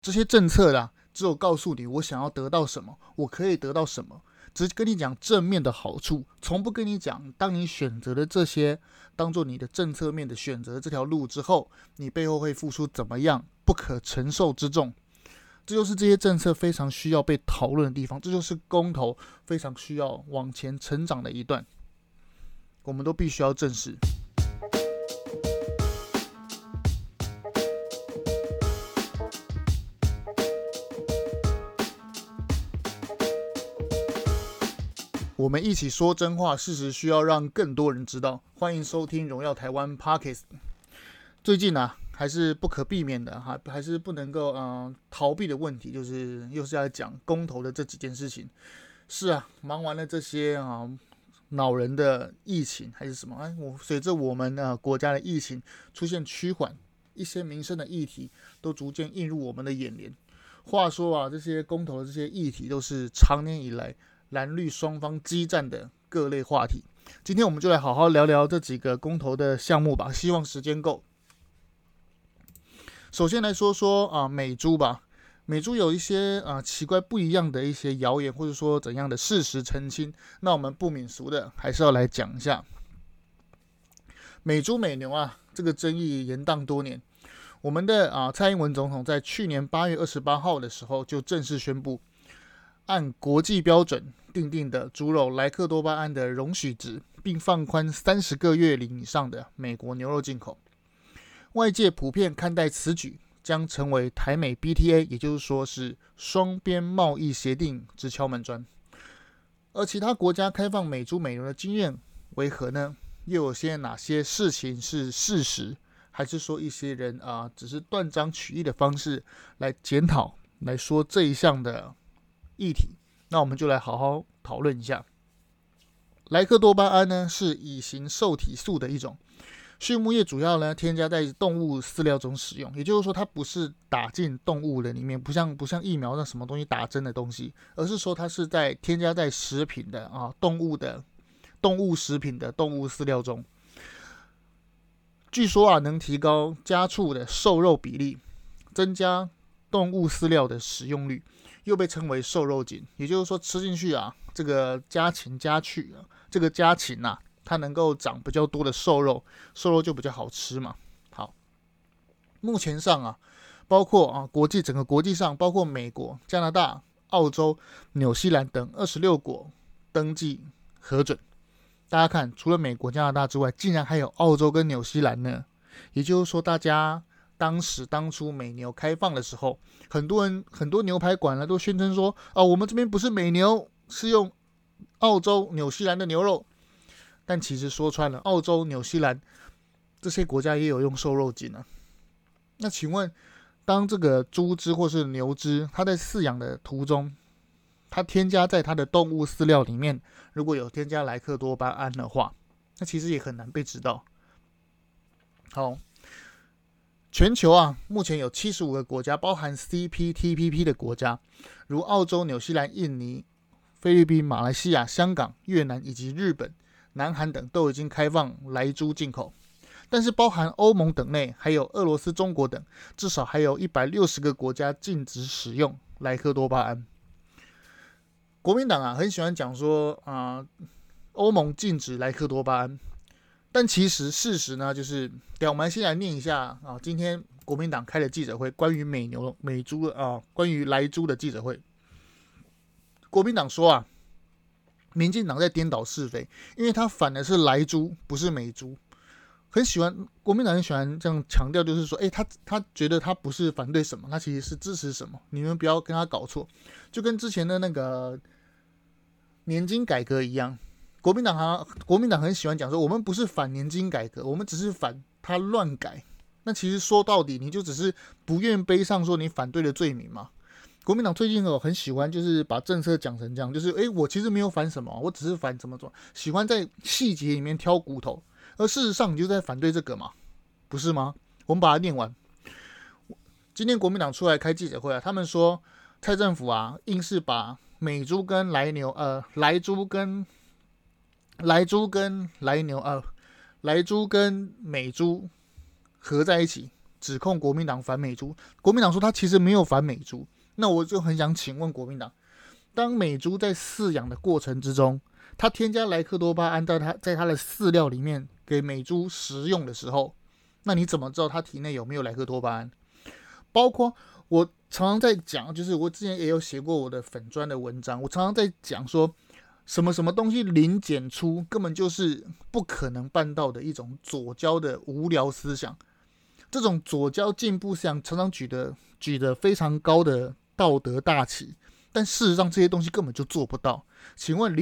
这些政策啦，只有告诉你我想要得到什么，我可以得到什么，只跟你讲正面的好处，从不跟你讲当你选择了这些当做你的政策面的选择这条路之后，你背后会付出怎么样不可承受之重。这就是这些政策非常需要被讨论的地方，这就是公投非常需要往前成长的一段，我们都必须要正视。我们一起说真话，事实需要让更多人知道。欢迎收听荣耀台湾 Podcast。最近啊，还是不可避免的，还是不能够逃避的问题，就是又是要讲公投的这几件事情。是啊，忙完了这些恼人的疫情还是什么？随着我们国家的疫情出现趋缓，一些民生的议题都逐渐映入我们的眼帘。话说啊，这些公投的这些议题都是长年以来蓝绿双方激战的各类话题。今天我们就来好好聊聊这几个公投的项目吧，希望时间够。首先来说说美猪吧，美猪有一些奇怪不一样的一些谣言，或者说怎样的事实澄清，那我们不免俗的还是要来讲一下。美猪美牛这个争议延宕多年，我们的蔡英文总统在去年8月28号的时候就正式宣布，按国际标准订定的猪肉莱克多巴胺的容许值，并放宽30个月龄以上的美国牛肉进口。外界普遍看待此举将成为台美 BTA， 也就是说是双边贸易协定之敲门砖。而其他国家开放美猪美牛的经验为何呢？又有些哪些事情是事实，还是说一些人只是断章取义的方式来检讨来说这一项的议题？那我们就来好好讨论一下。莱克多巴胺呢是乙型受体素的一种，畜牧业主要呢添加在动物饲料中使用，也就是说它不是打进动物的里面，不像疫苗那什么东西打针的东西，而是说它是在添加在食品的动物食品的动物饲料中。据说能提高家畜的瘦肉比例，增加动物饲料的使用率，又被称为瘦肉精。也就是说吃进去这个家禽家畜这个家禽它能够长比较多的瘦肉，瘦肉就比较好吃嘛。好，目前上包括整个国际上，包括美国、加拿大、澳洲、纽西兰等26国登记核准。大家看，除了美国、加拿大之外，竟然还有澳洲跟纽西兰呢。也就是说，大家当初美牛开放的时候，很多牛排馆都宣称说我们这边不是美牛，是用澳洲、纽西兰的牛肉。但其实说穿了，澳洲、纽西兰这些国家也有用瘦肉精。那请问，当这个猪只或是牛只，它在饲养的途中，它添加在它的动物饲料里面，如果有添加莱克多巴胺的话，那其实也很难被知道。好，全球目前有75个国家，包含 CPTPP 的国家，如澳洲、纽西兰、印尼、菲律宾、马来西亚、香港、越南以及日本、南韩等都已经开放莱猪进口，但是包含欧盟等内，还有俄罗斯、中国等，至少还有160个国家禁止使用莱克多巴胺。国民党很喜欢讲说欧盟禁止莱克多巴胺，但其实事实呢，就是我们先来念一下今天国民党开的记者会，关于美猪关于莱猪的记者会。国民党说民进党在颠倒是非，因为他反的是莱猪，不是美猪。国民党很喜欢这样强调，就是说，他觉得他不是反对什么，他其实是支持什么，你们不要跟他搞错。就跟之前的那个年金改革一样，国民党很喜欢讲说，我们不是反年金改革，我们只是反他乱改。那其实说到底，你就只是不愿背上说你反对的罪名嘛。国民党最近很喜欢就是把政策讲成这样，就是我其实没有反什么，我只是反怎么做，喜欢在细节里面挑骨头，而事实上你就在反对这个嘛，不是吗？我们把它念完。今天国民党出来开记者会他们说蔡政府硬是把美猪跟莱猪跟美猪合在一起， 指控国民党反美猪，国民党说他其实没有反美猪。那我就很想请问国民党，当美猪在饲养的过程之中，它添加莱克多巴胺在它的饲料里面给美猪食用的时候，那你怎么知道它体内有没有莱克多巴胺？包括我常常在讲，就是我之前也有写过我的粉专的文章，我常常在讲说，什么什么东西零检出根本就是不可能办到的一种左交的无聊思想。这种左交进步思想常常举得非常高的道德大旗，但事实上这些东西根本就做不到。请问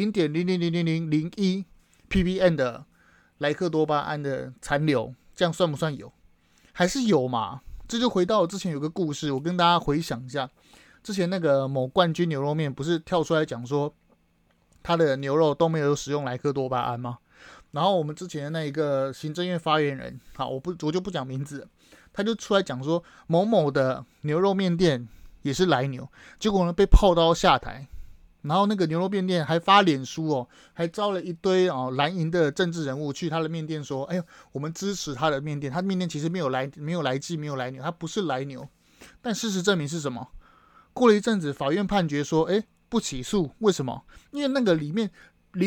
0.000001 ppm 的莱克多巴胺的残留，这样算不算有？还是有嘛？这就回到之前有个故事，我跟大家回想一下。之前那个某冠军牛肉面不是跳出来讲说，他的牛肉都没有使用莱克多巴胺吗？然后我们之前的那一个行政院发言人，好，我就不讲名字了，他就出来讲说，某某的牛肉面店也是来牛，结果呢被炮刀下台。然后那个牛肉面店还发脸书哦，还招了一堆蓝营的政治人物去他的面店说，哎呦，我们支持他的面店，他的面店其实没有来鸡，没有来牛，他不是来牛。但事实证明是什么？过了一阵子，法院判决说，哎，不起诉，为什么？因为那个里面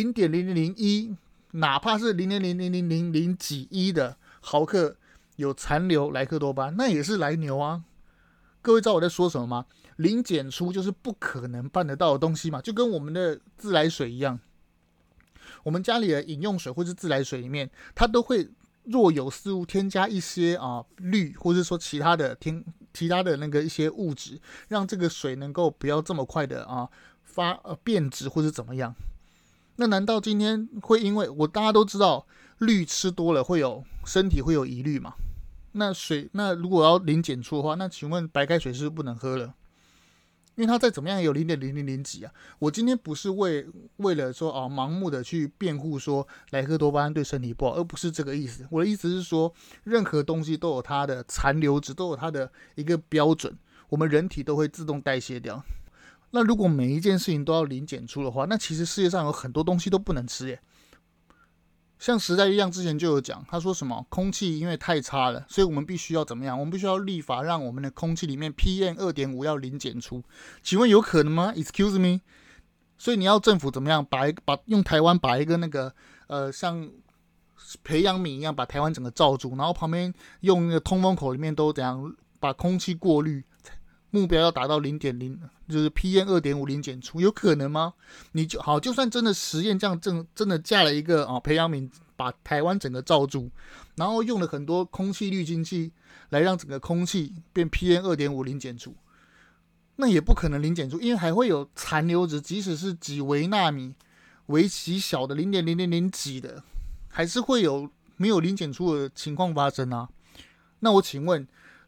0.0001，哪怕是0.000000几一的毫克有残留莱克多巴，那也是来牛啊。各位知道我在说什么吗？零检出就是不可能办得到的东西嘛，就跟我们的自来水一样，我们家里的饮用水或是自来水里面，它都会若有似无添加一些氯，或者说其他的那个一些物质，让这个水能够不要这么快的变质或者怎么样。那难道今天会因为大家都知道氯吃多了身体会有疑虑嘛？那如果要零检出的话，那请问白开水是不是不能喝了？因为它再怎么样也有0.0000几啊。我今天不是为了说盲目的去辩护说莱克多巴胺对身体不好，而不是这个意思。我的意思是说，任何东西都有它的残留值，都有它的一个标准，我们人体都会自动代谢掉。那如果每一件事情都要零检出的话，那其实世界上有很多东西都不能吃耶。像时代力量之前就有讲，他说什么空气因为太差了，所以我们必须要怎么样？我们必须要立法让我们的空气里面 PM2.5 要零检出。请问有可能吗 ？Excuse me。所以你要政府怎么样用台湾把一个那个像培养皿一样把台湾整个罩住，然后旁边用那个通风口里面都怎样把空气过滤，目标要达到0.0，就是 PM2.5 零检出，有可能吗？就算真的实验这样真的架了一个培养皿把台湾整个罩住，然后用了很多空气滤净器来让整个空气变 PM2.5 零检出，那也不可能零检出，因为还会有残留值，即使是几微纳米为极小的0.000几的，还是会有没有零检出的情况发生啊。那我请问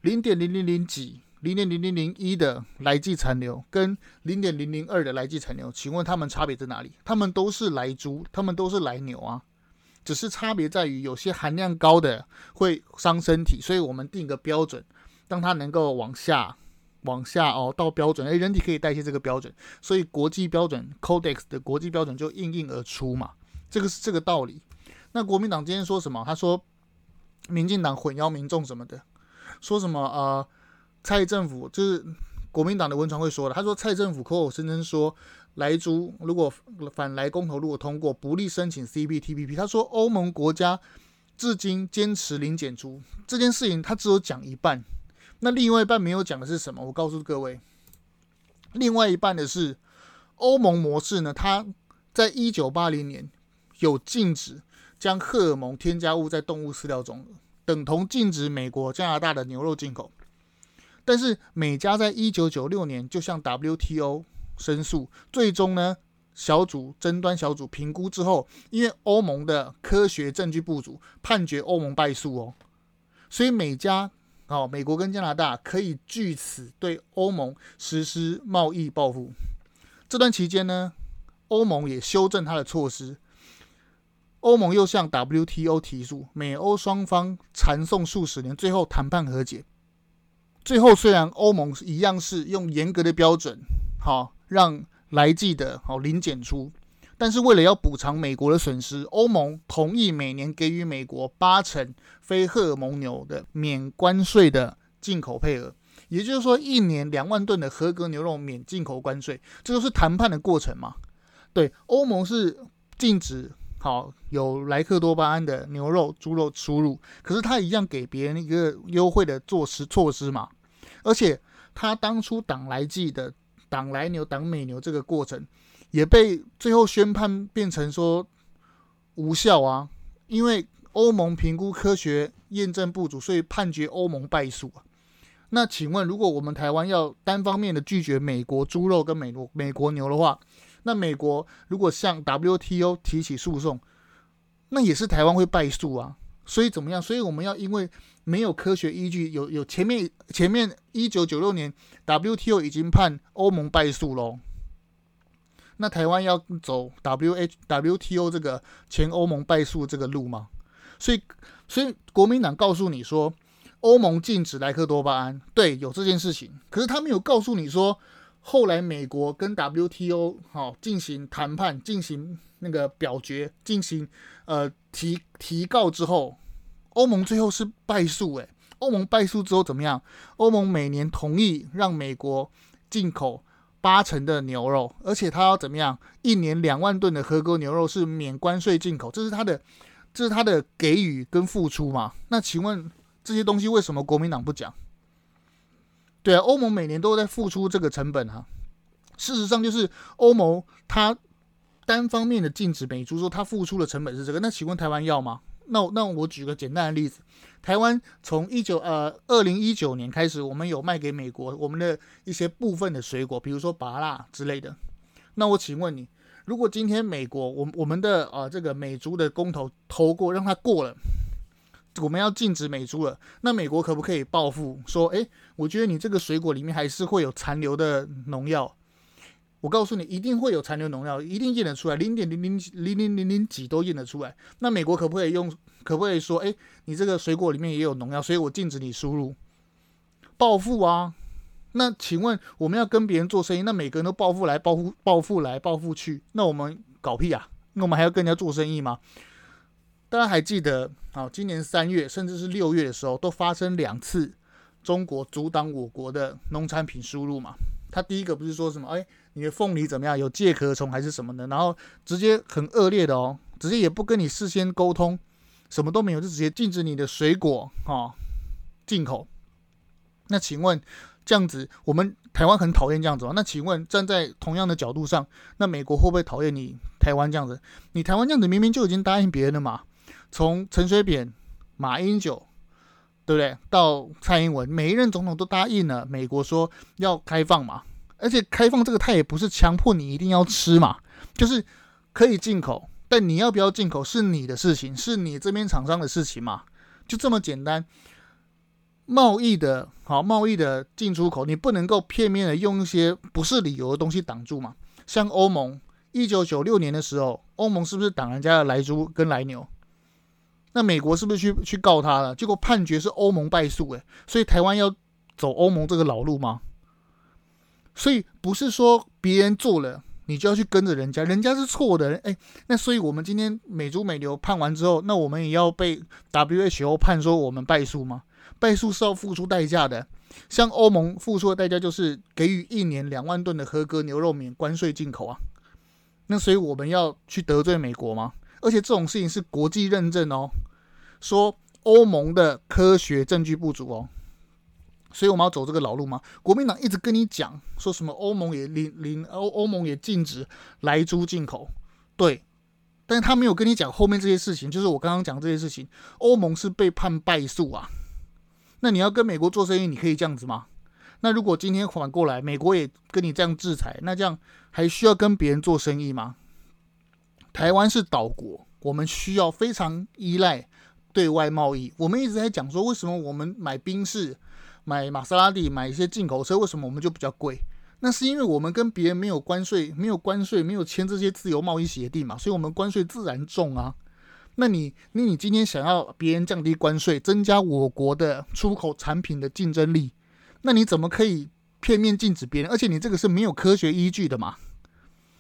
0.000几0.0001的来剂残留跟0.002的来剂残留，请问他们差别在哪里？他们都是来猪，他们都是来牛啊，只是差别在于有些含量高的会伤身体，所以我们定一个标准，让它能够往下到标准，人体可以代谢这个标准，所以国际标准 Codex 的国际标准就应而出嘛，这个是这个道理。那国民党今天说什么？他说民进党混淆民众什么的，说什么蔡政府就是国民党的文传会说的，他说蔡政府口口声声说莱猪如果反莱公投如果通过，不利申请 CPTPP。他说欧盟国家至今坚持零检出这件事情，他只有讲一半，那另外一半没有讲的是什么？我告诉各位，另外一半的是欧盟模式呢，它在1980年有禁止将荷尔蒙添加物在动物饲料中，等同禁止美国、加拿大的牛肉进口。但是美加在1996年就向 WTO 申诉，最终呢争端小组评估之后，因为欧盟的科学证据不足，判决欧盟败诉哦。所以美国跟加拿大可以据此对欧盟实施贸易报复。这段期间呢，欧盟也修正它的措施，欧盟又向 WTO 提诉，美欧双方缠讼数十年，最后谈判和解。最后虽然欧盟一样是用严格的标准让来剂的零检出， 但是为了要补偿美国的损失，欧盟同意每年给予美国8%非荷尔蒙牛的免关税的进口配额，也就是说一年2万吨的合格牛肉免进口关税，这就是谈判的过程嘛。对，欧盟是禁止有莱克多巴胺的牛肉、猪肉出入，可是他一样给别人一个优惠的措施嘛。而且他当初党来剂的党来牛、党美牛这个过程，也被最后宣判变成说无效啊，因为欧盟评估科学验证不足，所以判决欧盟败诉啊。那请问，如果我们台湾要单方面的拒绝美国猪肉跟美国牛的话，那美国如果向 WTO 提起诉讼，那也是台湾会败诉啊。所以怎么样？所以我们要因为没有科学依据，有前面1996年 WTO 已经判欧盟败诉咯，那台湾要走 WTO 这个前欧盟败诉这个路吗？所以国民党告诉你说，欧盟禁止莱克多巴胺，对，有这件事情，可是他没有告诉你说，后来美国跟 WTO 进行谈判，进行那个表决，进行提告之后，欧盟最后是败诉。欧盟败诉之后怎么样？欧盟每年同意让美国进口8%的牛肉，而且他要怎么样？一年2万吨的合格牛肉是免关税进口，这是他的给予跟付出嘛？那请问这些东西为什么国民党不讲？对啊，欧盟每年都在付出这个成本啊。事实上就是欧盟他单方面的禁止美猪，说他付出的成本是这个，那请问台湾要吗？那我举个简单的例子，台湾从2019年开始，我们有卖给美国我们的一些部分的水果，比如说芭乐之类的。那我请问你，如果今天美国我们的这个美猪的公投投过，让它过了，我们要禁止美猪了，那美国可不可以报复说，我觉得你这个水果里面还是会有残留的农药？我告诉你，一定会有残留农药，一定验得出来，0.0000几都验得出来。那美国可不可以说，你这个水果里面也有农药，所以我禁止你输入？报复啊！那请问我们要跟别人做生意，那每个人都报复来报复去，那我们搞屁啊？那我们还要跟人家做生意吗？大家还记得，今年3月甚至是6月的时候，都发生2次中国阻挡我国的农产品输入嘛？他第一个不是说什么，你的凤梨怎么样，有介壳虫还是什么的，然后直接很恶劣的直接也不跟你事先沟通，什么都没有，就直接禁止你的水果进口。那请问这样子，我们台湾很讨厌这样子吗？那请问站在同样的角度上，那美国会不会讨厌你台湾这样子？你台湾这样子明明就已经答应别人了嘛，从陈水扁、马英九，对不对？到蔡英文，每一任总统都答应了美国说要开放嘛，而且开放这个他也不是强迫你一定要吃嘛，就是可以进口，但你要不要进口是你的事情，是你这边厂商的事情嘛，就这么简单。贸易的进出口，你不能够片面的用一些不是理由的东西挡住嘛。像欧盟1996年的时候，欧盟是不是挡人家的莱猪跟莱牛？那美国是不是去告他了？结果判决是欧盟败诉，所以台湾要走欧盟这个老路吗？所以不是说别人做了你就要去跟着人家，人家是错的。那所以我们今天美猪美牛判完之后，那我们也要被 WHO 判说我们败诉吗？败诉是要付出代价的，像欧盟付出的代价就是给予1年2万吨的合格牛肉免关税进口啊。那所以我们要去得罪美国吗？而且这种事情是国际认证说欧盟的科学证据不足所以我们要走这个老路吗？国民党一直跟你讲说什么欧盟也禁止莱猪进口，对，但是他没有跟你讲后面这些事情，就是我刚刚讲这些事情，欧盟是被判败诉啊。那你要跟美国做生意，你可以这样子吗？那如果今天反过来，美国也跟你这样制裁，那这样还需要跟别人做生意吗？台湾是岛国，我们需要非常依赖对外贸易。我们一直在讲说，为什么我们买宾士、买玛莎拉蒂、买一些进口车，为什么我们就比较贵？那是因为我们跟别人没有关税，没有签这些自由贸易协定嘛，所以我们关税自然重啊。那你今天想要别人降低关税，增加我国的出口产品的竞争力，那你怎么可以片面禁止别人？而且你这个是没有科学依据的嘛。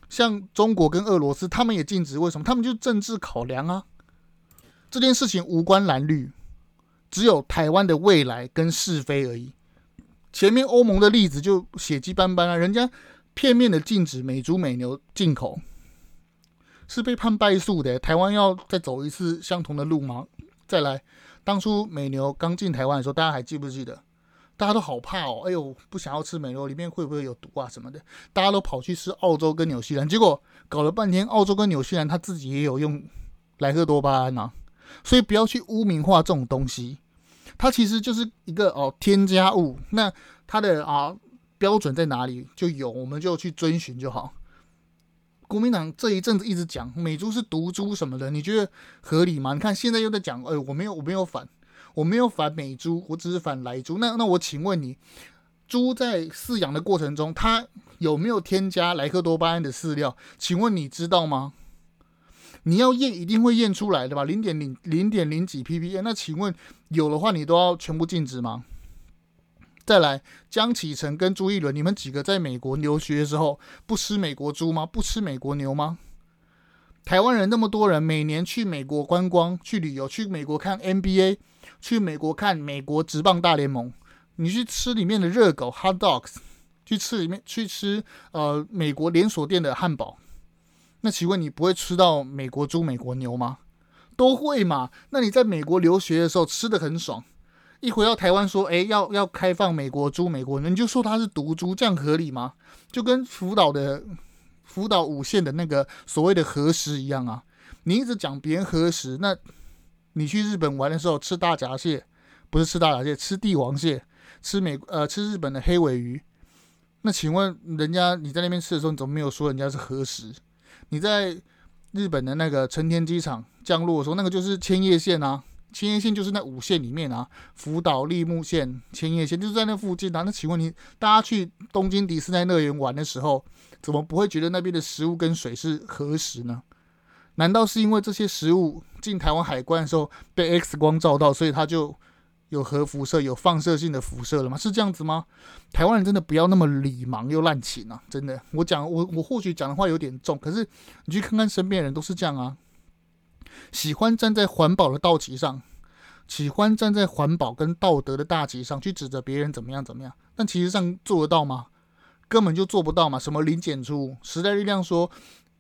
像中国跟俄罗斯，他们也禁止，为什么？他们就政治考量啊。这件事情无关蓝绿，只有台湾的未来跟是非而已。前面欧盟的例子就血迹斑斑啊，人家片面的禁止美猪美牛进口，是被判败诉的。台湾要再走一次相同的路吗？再来，当初美牛刚进台湾的时候，大家还记不记得？大家都好怕哦，哎呦，不想要吃美牛，里面会不会有毒啊什么的？大家都跑去吃澳洲跟纽西兰，结果搞了半天，澳洲跟纽西兰他自己也有用莱克多巴胺啊，所以不要去污名化这种东西，它其实就是一个添加物，那它的标准在哪里就有，我们就去遵循就好。国民党这一阵子一直讲美猪是毒猪什么的，你觉得合理吗？你看现在又在讲，我没有反美猪，我只是反莱猪。那我请问你，猪在饲养的过程中，它有没有添加莱克多巴胺的饲料？请问你知道吗？你要验一定会验出来的吧，0.0几 ppm。那请问有的话，你都要全部禁止吗？再来，江启臣跟朱一伦，你们几个在美国留学的时候，不吃美国猪吗？不吃美国牛吗？台湾人那么多人，每年去美国观光、去旅游、去美国看 NBA， 去美国看美国职棒大联盟，你去吃里面的热狗 hot dogs， 去吃美国连锁店的汉堡，那请问你不会吃到美国猪、美国牛吗？都会嘛？那你在美国留学的时候吃得很爽，一回到台湾说，要开放美国猪、美国牛，你就说它是毒猪，这样合理吗？就跟福岛五县的那个所谓的核食一样啊，你一直讲别人核食，那你去日本玩的时候吃大闸蟹，不是吃大闸蟹，吃帝王蟹，吃日本的黑尾鱼，那请问人家你在那边吃的时候，你怎么没有说人家是核食？你在日本的那个成田机场降落的时候，那个就是千叶县啊，千叶县就是那5县里面啊，福岛、立木县、千叶县就是在那附近啊。那请问你，大家去东京迪士尼乐园玩的时候，怎么不会觉得那边的食物跟水是核食呢？难道是因为这些食物进台湾海关的时候被 X 光照到，所以它就有核辐射、有放射性的辐射了吗？是这样子吗？台湾人真的不要那么理盲又滥情啊！真的，我或许讲的话有点重，可是你去看看身边的人都是这样啊，喜欢站在环保的道旗上，喜欢站在环保跟道德的大旗上去指责别人怎么样怎么样，但其实上做得到吗？根本就做不到嘛！什么零检出，时代力量说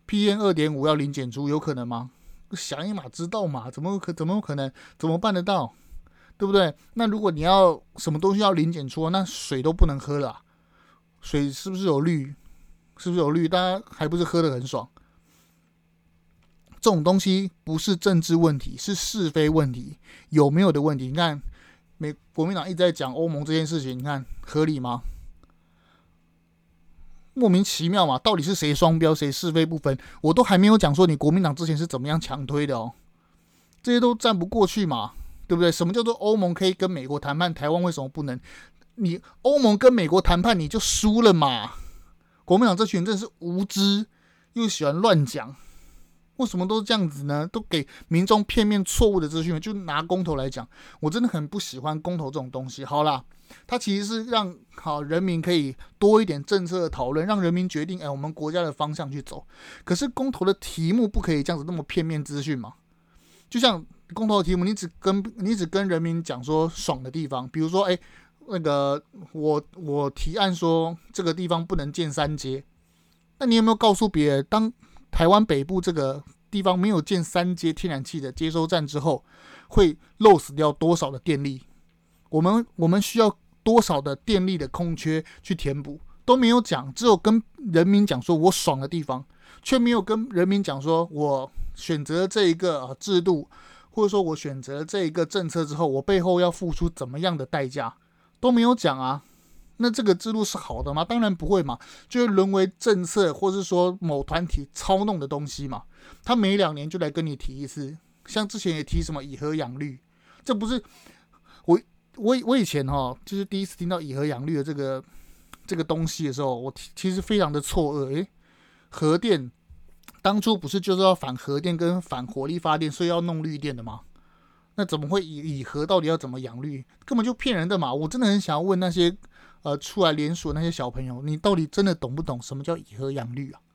PM2.5 要零检出，有可能吗？想一码知道嘛？怎么有可能？怎么办得到？对不对？那如果你要什么东西要零检出，那水都不能喝了水是不是有氯？大家还不是喝得很爽？这种东西不是政治问题，是是非问题，有没有的问题。你看，国民党一直在讲欧盟这件事情，你看合理吗？莫名其妙嘛，到底是谁双标，谁是非不分？我都还没有讲说你国民党之前是怎么样强推的哦，这些都站不过去嘛，对不对？什么叫做欧盟可以跟美国谈判，台湾为什么不能？你欧盟跟美国谈判你就输了嘛？国民党这群人真的是无知，又喜欢乱讲。为什么都是这样子呢？都给民众片面错误的资讯。就拿公投来讲，我真的很不喜欢公投这种东西。好啦，它其实是让人民可以多一点政策的讨论，让人民决定我们国家的方向去走。可是公投的题目不可以这样子那么片面资讯嘛？就像公投的题目，你只跟人民讲说爽的地方，比如说那个我提案说这个地方不能建3阶，那你有没有告诉别人，当台湾北部这个地方没有建3阶天然气的接收站之后，会漏死掉多少的电力？我们需要多少的电力的空缺去填补？都没有讲，只有跟人民讲说我爽的地方，却没有跟人民讲说我选择这一个制度，或者说我选择这一个政策之后，我背后要付出怎么样的代价，都没有讲啊。那这个制度是好的吗？当然不会嘛，就会沦为政策或是说某团体操弄的东西嘛。他每2年就来跟你提一次，像之前也提什么以核养绿，这不是我以前就是第一次听到以核养绿的这个东西的时候，我其实非常的错愕。核电当初不是就是要反核电跟反火力发电，所以要弄绿电的吗？那怎么会以核到底要怎么养绿？根本就骗人的嘛！我真的很想要问那些出来联署的那些小朋友，你到底真的懂不懂什么叫以核养绿啊？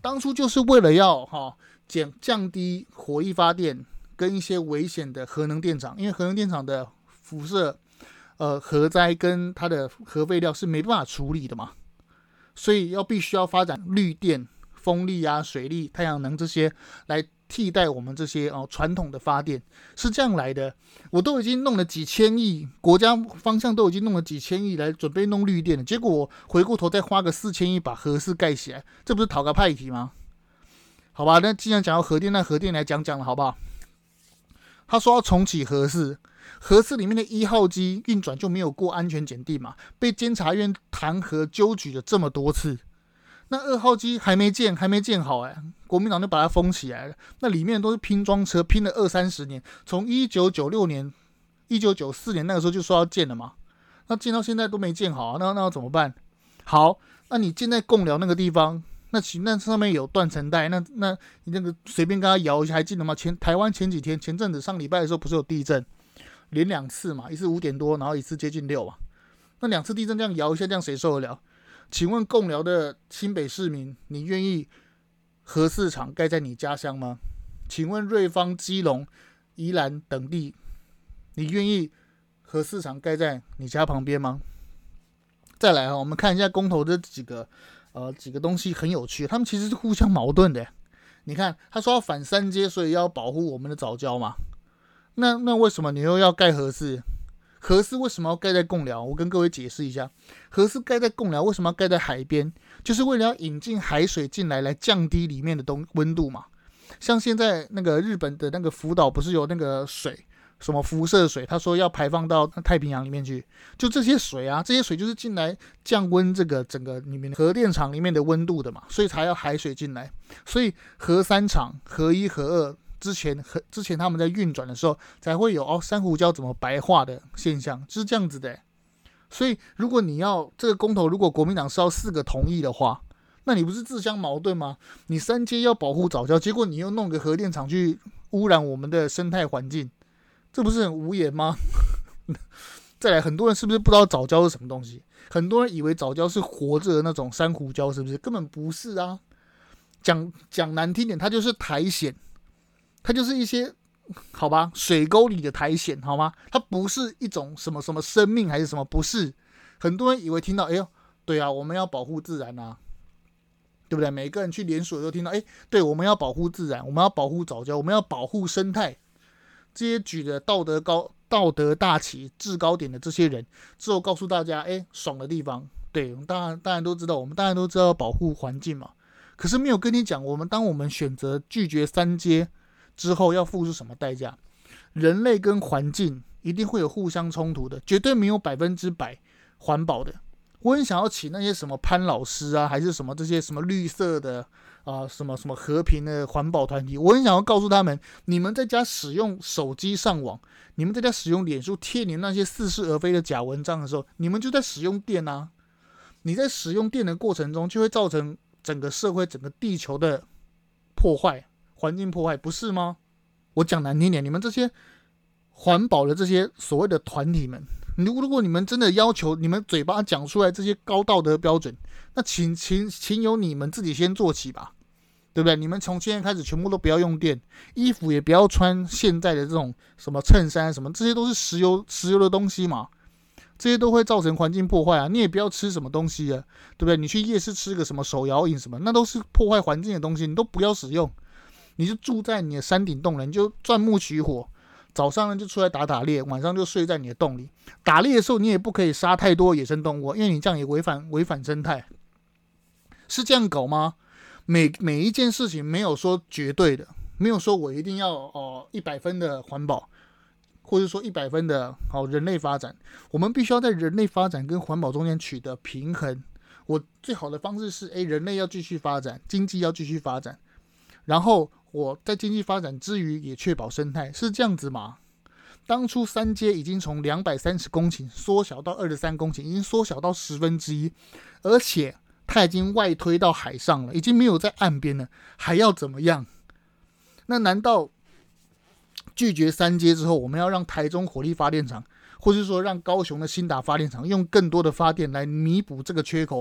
当初就是为了要降低火力发电跟一些危险的核能电厂，因为核能电厂的辐射核灾跟它的核废料是没办法处理的嘛，所以必须要发展绿电、风力啊、水力、太阳能这些来替代我们这些传统的发电，是这样来的。我都已经弄了几千亿，国家方向都已经弄了几千亿来准备弄绿电了，结果我回过头再花个4000亿把核四盖起来，这不是讨个派题吗？好吧，那既然讲到核电，那核电来讲了好不好？他说要重启核四，核四里面的1号机运转就没有过安全检定嘛，被监察院弹劾纠举了这么多次。那2号机还没建好国民党就把它封起来了。那里面都是拼装车，拼了20-30年，从1996年、1994年那个时候就说要建了嘛，那建到现在都没建好那要怎么办？好，那你建在贡寮那个地方，那上面有断层带，那你那个随便跟他摇一下，还记得吗？台湾前阵子上礼拜的时候不是有地震，连2次嘛，一次5点多，然后一次接近6嘛，那2次地震这样摇一下，这样谁受得了？请问贡寮的新北市民，你愿意核四厂盖在你家乡吗？请问瑞芳、基隆、宜兰等地，你愿意核四厂盖在你家旁边吗？再来我们看一下公投这几个东西很有趣，他们其实是互相矛盾的。你看，他说要反三接，所以要保护我们的藻礁嘛。那为什么你又要盖核四？核四为什么要盖在贡寮？我跟各位解释一下，核四盖在贡寮为什么要盖在海边？就是为了要引进海水进来降低里面的温度嘛。像现在那个日本的那个福岛不是有那个水，什么辐射水，他说要排放到太平洋里面去，就这些水这些水就是进来降温这个整个里面核电厂里面的温度的嘛，所以才要海水进来。所以核3厂、核1、核2之前他们在运转的时候，才会有珊瑚礁怎么白化的现象，就是这样子的。所以如果你要这个公投，如果国民党是要4个同意的话，那你不是自相矛盾吗？你三接要保护藻礁，结果你又弄个核电厂去污染我们的生态环境，这不是很无言吗？再来，很多人是不是不知道藻礁是什么东西？很多人以为藻礁是活着的那种珊瑚礁，是不是？根本不是啊！讲难听点，它就是苔藓，它就是一些好吧水沟里的苔藓，好吗？它不是一种什么什么生命还是什么，不是。很多人以为听到，对啊，我们要保护自然啊，对不对？每个人去联署都听到，对，我们要保护自然，我们要保护藻礁，我们要保护生态。这些举着道德大旗制高点的这些人，之后告诉大家，爽的地方，对，当然都知道，我们当然都知道要保护环境嘛。可是没有跟你讲，当我们选择拒绝三接之后，要付出什么代价？人类跟环境一定会有互相冲突的，绝对没有100%环保的。我很想要请那些什么潘老师啊，还是什么这些什么绿色的什么和平的环保团体，我很想要告诉他们，你们在家使用手机上网，你们在家使用脸书贴你们那些似是而非的假文章的时候，你们就在使用电啊。你在使用电的过程中，就会造成整个社会、整个地球的破坏，环境破坏，不是吗？我讲难听点，你们这些环保的这些所谓的团体们，如果你们真的要求你们嘴巴讲出来这些高道德标准，那请由你们自己先做起吧，对不对？你们从现在开始全部都不要用电，衣服也不要穿现在的这种什么衬衫什么，这些都是石油的东西嘛，这些都会造成环境破坏啊。你也不要吃什么东西啊，对不对？你去夜市吃个什么手摇饮什么，那都是破坏环境的东西，你都不要使用。你就住在你的山顶洞人，你就钻木取火，早上呢就出来打猎，晚上就睡在你的洞里。打猎的时候你也不可以杀太多野生动物，因为你这样也违反生态。是这样搞吗？每一件事情没有说绝对的，没有说我一定要100分的环保，或者说100分的人类发展。我们必须要在人类发展跟环保中间取得平衡。我最好的方式是，人类要继续发展，经济要继续发展，然后我在经济发展之余也确保生态，是这样子吗？当初三接已经从230公顷缩小到23公顷，已经缩小到1/10，而且它已经外推到海上了，已经没有在岸边了，还要怎么样？那难道拒绝三接之后，我们要让台中火力发电厂，或是说让高雄的新达发电厂用更多的发电来弥补这个缺口吗？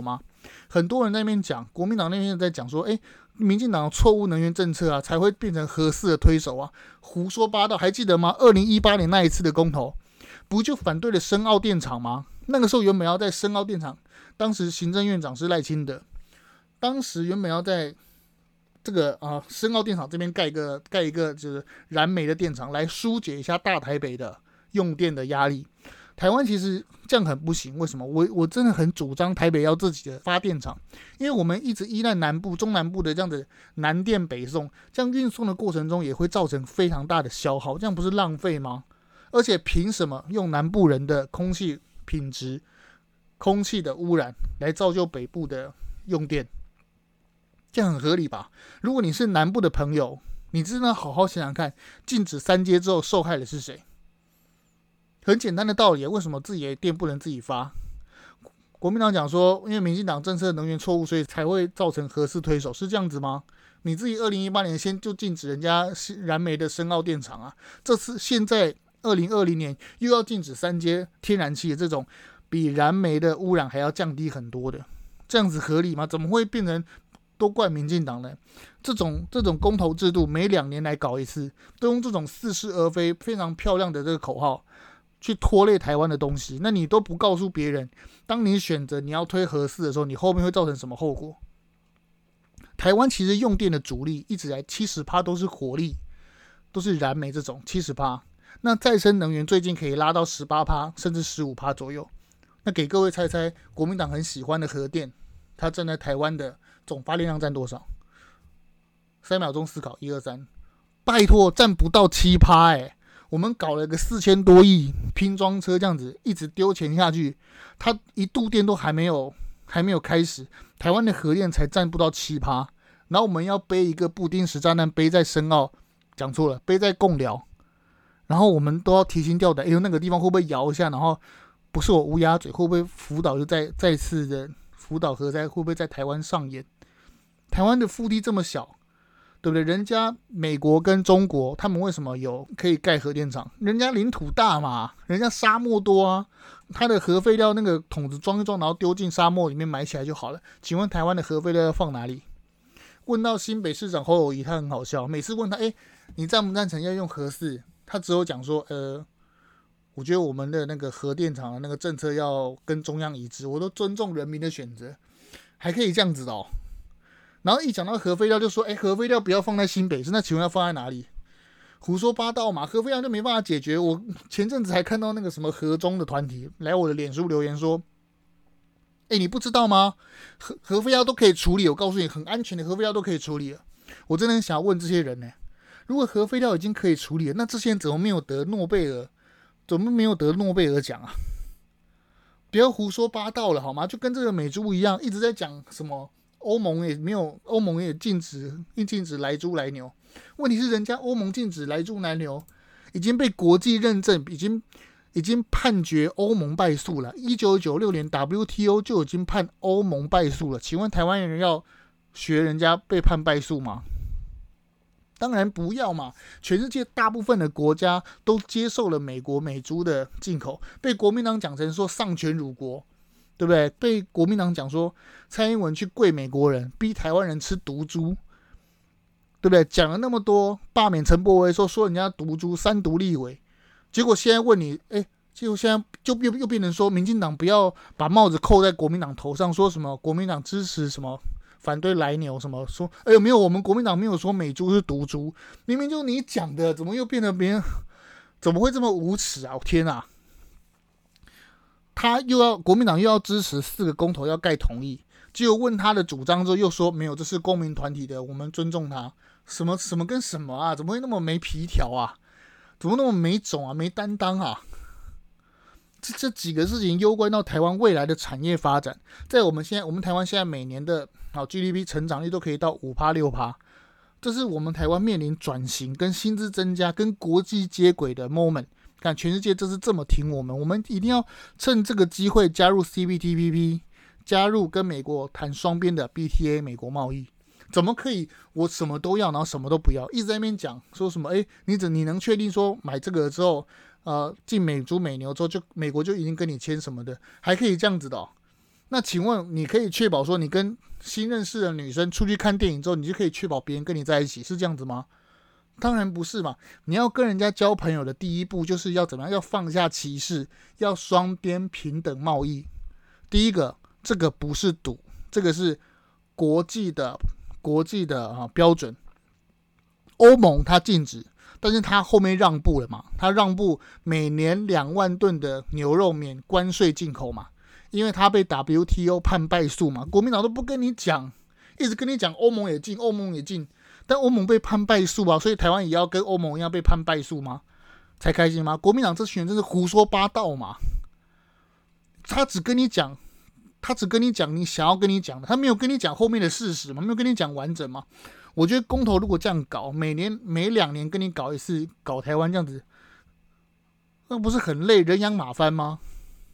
很多人在那边讲，国民党那边在讲说，民进党错误能源政策啊，才会变成核四的推手啊，胡说八道，还记得吗？2018年那一次的公投，不就反对了深澳电厂吗？那个时候原本要在深澳电厂，当时行政院长是赖清德，当时原本要在这个深澳电厂这边盖一个就是燃煤的电厂，来疏解一下大台北的用电的压力。台湾其实这样很不行，为什么？我真的很主张台北要自己的发电厂，因为我们一直依赖南部、中南部的这样的南电北送，这样运送的过程中也会造成非常大的消耗，这样不是浪费吗？而且凭什么用南部人的空气品质、空气的污染来造就北部的用电？这样很合理吧？如果你是南部的朋友，你真的好好想想看，禁止3阶之后受害的是谁？很简单的道理，为什么自己的电不能自己发？国民党讲说，因为民进党政策能源错误，所以才会造成核四推手，是这样子吗？你自己2018年先就禁止人家燃煤的深澳电厂啊，这次现在2020年又要禁止3阶天然气的这种比燃煤的污染还要降低很多的，这样子合理吗？怎么会变成都怪民进党呢？这种公投制度每2年来搞一次，都用这种似是而非、非常漂亮的这个口号去拖累台湾的东西，那你都不告诉别人，当你选择你要推核四的时候，你后面会造成什么后果？台湾其实用电的主力一直来70%都是火力，都是燃煤这种70%，那再生能源最近可以拉到18%甚至15%左右。那给各位猜猜，国民党很喜欢的核电，它占在台湾的总发电量占多少？3秒钟思考，1、2、3，拜托，占不到7%我们搞了个4000多亿拼装车，这样子一直丢钱下去，它1度电都还没有开始，台湾的核电才占不到7%，然后我们要背一个布丁实炸弹背在深澳，讲错了，背在贡寮，然后我们都要提心吊胆，那个地方会不会摇一下，然后不是我乌鸦嘴，会不会福岛就再次的福岛核灾会不会在台湾上演？台湾的腹地这么小，对不对？人家美国跟中国，他们为什么有可以盖核电厂？人家领土大嘛，人家沙漠多啊，他的核废料那个桶子装一装，然后丢进沙漠里面埋起来就好了。请问台湾的核废料要放哪里？问到新北市长侯友宜，他很好笑，每次问他，你赞不赞成要用核四？他只有讲说，我觉得我们的那个核电厂的那个政策要跟中央一致，我都尊重人民的选择，还可以这样子的哦。然后一讲到核废料就说，核废料不要放在新北市，那请问要放在哪里？胡说八道嘛，核废料就没办法解决。我前阵子还看到那个什么核中的团体来我的脸书留言说，你不知道吗？核废料都可以处理，我告诉你，很安全的核废料都可以处理了。我真的很想要问这些人呢，如果核废料已经可以处理了，那这些人怎么没有得诺贝尔？怎么没有得诺贝尔奖啊？不要胡说八道了好吗？就跟这个美猪一样，一直在讲什么欧盟也禁止来猪来牛。问题是人家欧盟禁止来猪来牛，已经被国际认证，已经判决欧盟败诉了。1996年 WTO 就已经判欧盟败诉了。请问台湾人要学人家被判败诉吗？当然不要嘛！全世界大部分的国家都接受了美国美猪的进口，被国民党讲成说丧权辱国，对不对？被国民党讲说蔡英文去跪美国人，逼台湾人吃毒猪，对不对？讲了那么多，罢免陈柏惟说人家毒猪，3毒立委，结果现在问你，结果现在就又变成说民进党不要把帽子扣在国民党头上，说什么国民党支持什么反对来牛什么，说没有，我们国民党没有说美猪是毒猪，明明就是你讲的，怎么又变成别人？怎么会这么无耻啊！天啊！国民党又要支持4个公投要盖同意，结果问他的主张之后又说没有，这是公民团体的，我们尊重他。什么跟什么啊？怎么会那么没皮条啊？怎么那么没种啊？没担当啊？这几个事情攸关到台湾未来的产业发展，在我们台湾现在每年的GDP 成长率都可以到5%、6%，这是我们台湾面临转型、跟薪资增加、跟国际接轨的 moment。看全世界这是这么挺我们，我们一定要趁这个机会加入 CPTPP， 加入跟美国谈双边的 BTA 美国贸易。怎么可以我什么都要，然后什么都不要？一直在那边讲说什么？你能确定说买这个之后？进美猪美牛之后，就美国就已经跟你签什么的，还可以这样子的哦。 那请问你可以确保说你跟新认识的女生出去看电影之后，你就可以确保别人跟你在一起，是这样子吗？当然不是嘛！你要跟人家交朋友的第一步就是要怎么样？要放下歧视，要双边平等贸易。第一个，这个不是赌，这个是国际的标准。欧盟它禁止，但是它后面让步了嘛？它让步每年2万吨的牛肉免关税进口嘛，因为它被 WTO 判败诉嘛。国民党都不跟你讲，一直跟你讲欧盟也禁，欧盟也禁。但欧盟被判败诉啊，所以台湾也要跟欧盟一样被判败诉吗？才开心吗？国民党这群人真是胡说八道嘛！他只跟你讲你想要跟你讲的，他没有跟你讲后面的事实嘛，没有跟你讲完整嘛。我觉得公投如果这样搞，每2年跟你搞一次，搞台湾这样子，那不是很累，人仰马翻吗？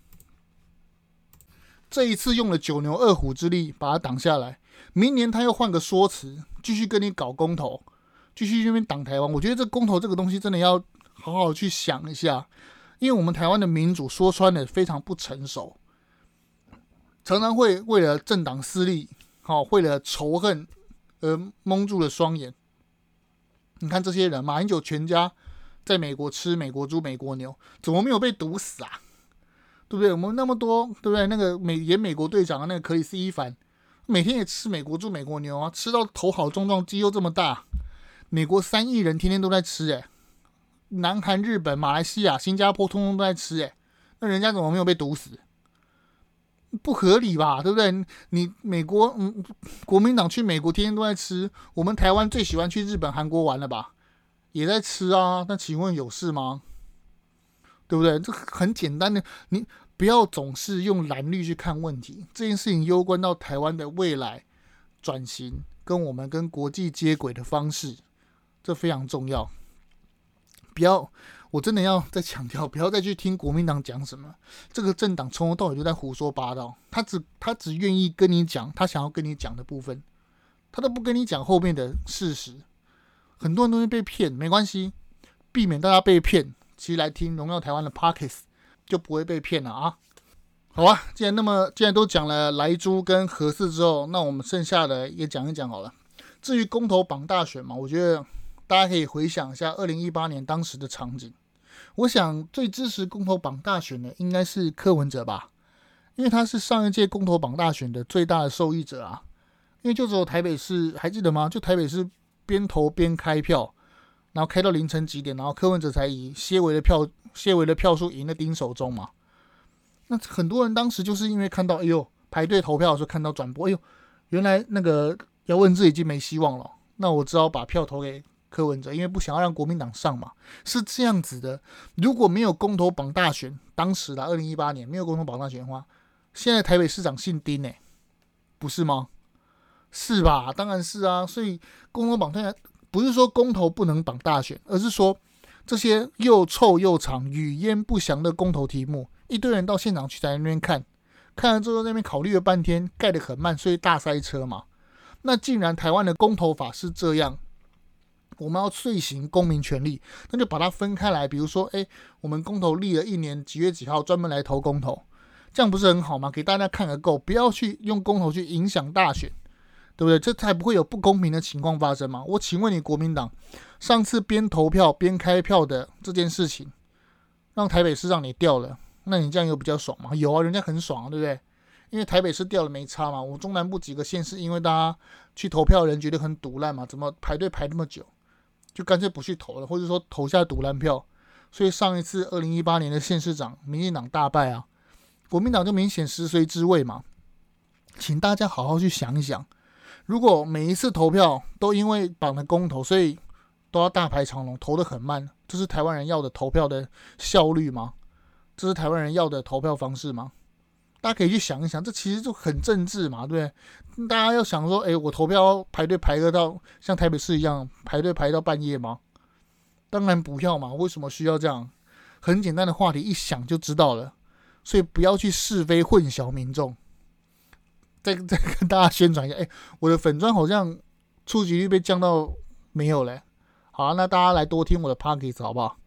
这一次用了9牛2虎之力把它挡下来，明年他又换个说辞，继续跟你搞公投，继续这边挡台湾。我觉得这公投这个东西真的要好好去想一下，因为我们台湾的民主说穿了非常不成熟，常常会为了政党私利，为了仇恨而蒙住了双眼。你看这些人，马英九全家在美国吃美国猪、美国牛，怎么没有被毒死啊？对不对？我们那么多，对不对？那个演美国队长的那个克里斯伊凡，每天也吃美国猪、美国牛啊，吃到头好壮壮，肌肉这么大。美国3亿人天天都在吃，南韩、日本、马来西亚、新加坡通通都在吃，那人家怎么没有被毒死？不合理吧？对不对？你美国，国民党去美国天天都在吃，我们台湾最喜欢去日本、韩国玩了吧？也在吃啊，那请问有事吗？对不对？这很简单的，你不要总是用蓝绿去看问题。这件事情攸关到台湾的未来转型，跟我们跟国际接轨的方式，这非常重要。不要，我真的要再强调，不要再去听国民党讲什么。这个政党从头到尾就在胡说八道，他只愿意跟你讲他想要跟你讲的部分，他都不跟你讲后面的事实。很多人都会被骗，没关系，避免大家被骗。其实来听荣耀台湾的 Podcast 就不会被骗了啊！好啊，既然都讲了莱猪跟核四之后，那我们剩下的也讲一讲好了。至于公投绑大选嘛，我觉得大家可以回想一下2018年当时的场景。我想最支持公投绑大选的应该是柯文哲吧，因为他是上一届公投绑大选的最大的受益者啊。因为就只有台北市，还记得吗？就台北市边投边开票。然后开到凌晨几点，然后柯文哲才以些微的票数赢了丁守中嘛。那很多人当时就是因为看到，排队投票的时候看到转播，原来那个姚文智已经没希望了，那我只好把票投给柯文哲，因为不想要让国民党上嘛。是这样子的，如果没有公投绑大选，当时的2018年没有公投绑大选的话，现在台北市长姓丁不是吗？是吧？当然是啊。所以公投绑大选不是说公投不能绑大选，而是说这些又臭又长、语焉不详的公投题目，一堆人到现场去在那边看了之后，在那边考虑了半天，盖得很慢，所以大塞车嘛。那既然台湾的公投法是这样，我们要遂行公民权利，那就把它分开来。比如说，我们公投立了1年几月几号，专门来投公投，这样不是很好吗？给大家看个够，不要去用公投去影响大选。对不对？这才不会有不公平的情况发生嘛？我请问你，国民党上次边投票边开票的这件事情，让台北市让你掉了，那你这样有比较爽吗？有啊，人家很爽啊，对不对？因为台北市掉了没差嘛。我中南部几个县市，因为大家去投票的人觉得很毒烂嘛，怎么排队排那么久，就干脆不去投了，或者说投下毒烂票。所以上一次2018年的县市长，民进党大败啊，国民党就明显食髓知味嘛。请大家好好去想一想。如果每一次投票都因为绑了公投，所以都要大排长龙，投得很慢，这是台湾人要的投票的效率吗？这是台湾人要的投票方式吗？大家可以去想一想，这其实就很政治嘛，对不对？大家要想说，我投票排队排得到像台北市一样排队排到半夜吗？当然不要嘛，为什么需要这样？很简单的话题一想就知道了，所以不要去是非混淆民众。再跟大家宣传一下，我的粉专好像触及率被降到没有了。好，那大家来多听我的 Podcast 好不好？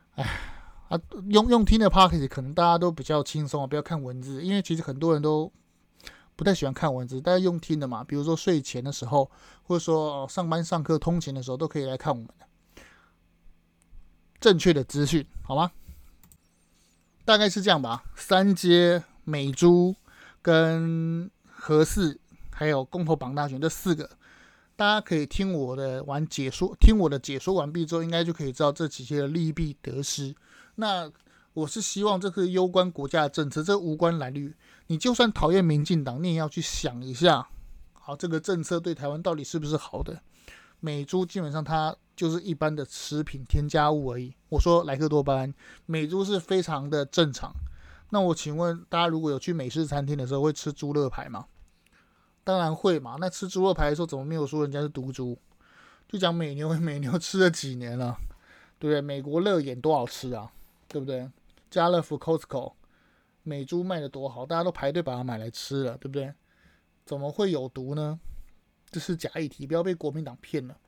用听的 Podcast 可能大家都比较轻松啊，不要看文字，因为其实很多人都不太喜欢看文字，大家用听的嘛，比如说睡前的时候，或者说上班上课通勤的时候，都可以来看我们的正确的资讯，好吗？大概是这样吧。三阶、美猪跟核四，还有公投绑大选这4个，大家可以听我的解说完毕之后，应该就可以知道这几些的利弊得失。那我是希望这是攸关国家的政策，这无关蓝绿。你就算讨厌民进党，你也要去想一下，好，这个政策对台湾到底是不是好的？美猪基本上它就是一般的食品添加物而已。我说莱克多巴胺，美猪是非常的正常。那我请问大家，如果有去美式餐厅的时候，会吃猪肋排吗？当然会嘛。那吃猪肋排的时候，怎么没有说人家是毒猪？就讲美牛吃了几年了，对不对？美国乐眼多好吃啊，对不对？家乐福、Costco， 美猪卖的多好，大家都排队把它买来吃了，对不对？怎么会有毒呢？这是假议题，不要被国民党骗了，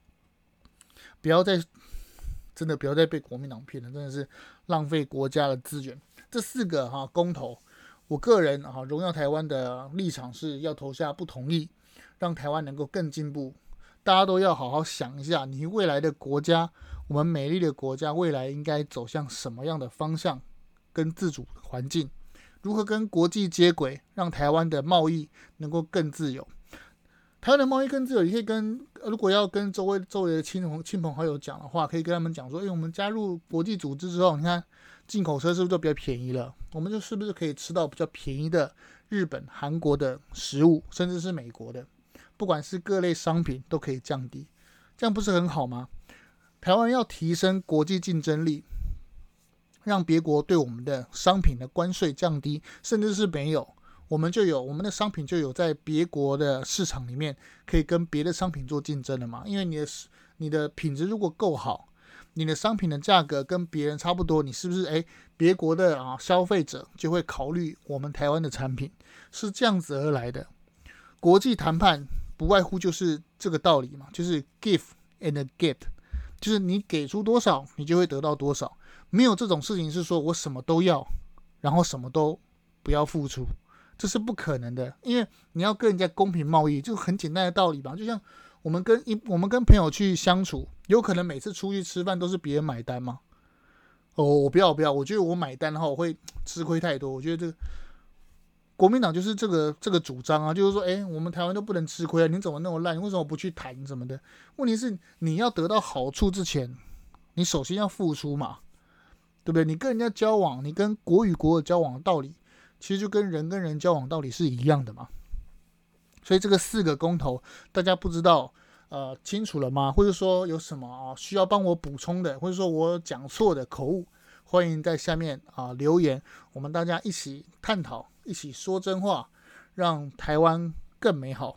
真的不要再被国民党骗了，真的是浪费国家的资源。这4个公投，我个人荣耀台湾的立场是要投下不同意，让台湾能够更进步。大家都要好好想一下，你未来的国家，我们美丽的国家未来应该走向什么样的方向跟自主环境，如何跟国际接轨，让台湾的贸易能够更自由。台湾的贸易更自由，也可以如果要跟周围的亲朋好友讲的话，可以跟他们讲说，我们加入国际组织之后，你看进口车是不是都比较便宜了？我们就是不是可以吃到比较便宜的日本、韩国的食物，甚至是美国的，不管是各类商品都可以降低，这样不是很好吗？台湾要提升国际竞争力，让别国对我们的商品的关税降低，甚至是没有。我们的商品就有在别国的市场里面可以跟别的商品做竞争了嘛？因为你的品质如果够好，你的商品的价格跟别人差不多，你是不是别国的消费者就会考虑我们台湾的产品？是这样子而来的。国际谈判不外乎就是这个道理嘛，就是 give and get， 就是你给出多少，你就会得到多少。没有这种事情是说我什么都要，然后什么都不要付出。这是不可能的，因为你要跟人家公平贸易，就很简单的道理吧。就像我们跟朋友去相处，有可能每次出去吃饭都是别人买单吗？我不要，我觉得我买单的话，我会吃亏太多。我觉得这个国民党就是这个主张啊，就是说，我们台湾都不能吃亏啊，你怎么那么烂？你为什么不去谈什么的？问题是你要得到好处之前，你首先要付出嘛，对不对？你跟人家交往，你跟国与国的交往的道理，其实就跟人交往道理是一样的嘛。所以这个4个公投，大家不知道清楚了吗？或者说有什么需要帮我补充的，或者说我讲错的口误，欢迎在下面留言，我们大家一起探讨，一起说真话，让台湾更美好。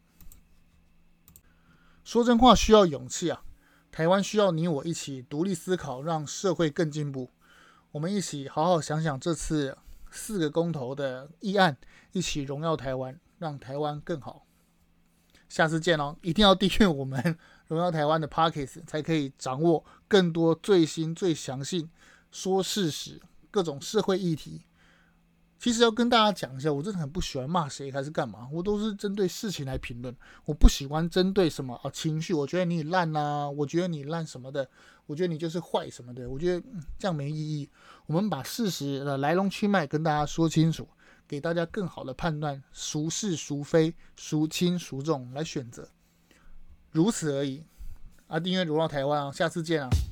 说真话需要勇气啊，台湾需要你我一起独立思考，让社会更进步。我们一起好好想想这次4个公投的议案，一起荣耀台湾，让台湾更好。下次见哦！一定要订阅我们荣耀台湾的 Podcast， 才可以掌握更多最新、最详细、说事实、各种社会议题。其实要跟大家讲一下，我真的很不喜欢骂谁还是干嘛，我都是针对事情来评论，我不喜欢针对什么情绪，我觉得你烂啊，我觉得你烂什么的，我觉得你就是坏什么的，我觉得这样没意义。我们把事实的来龙去脉跟大家说清楚，给大家更好的判断孰是孰非、孰轻孰重来选择，如此而已。订阅荣耀台湾啊，下次见啊！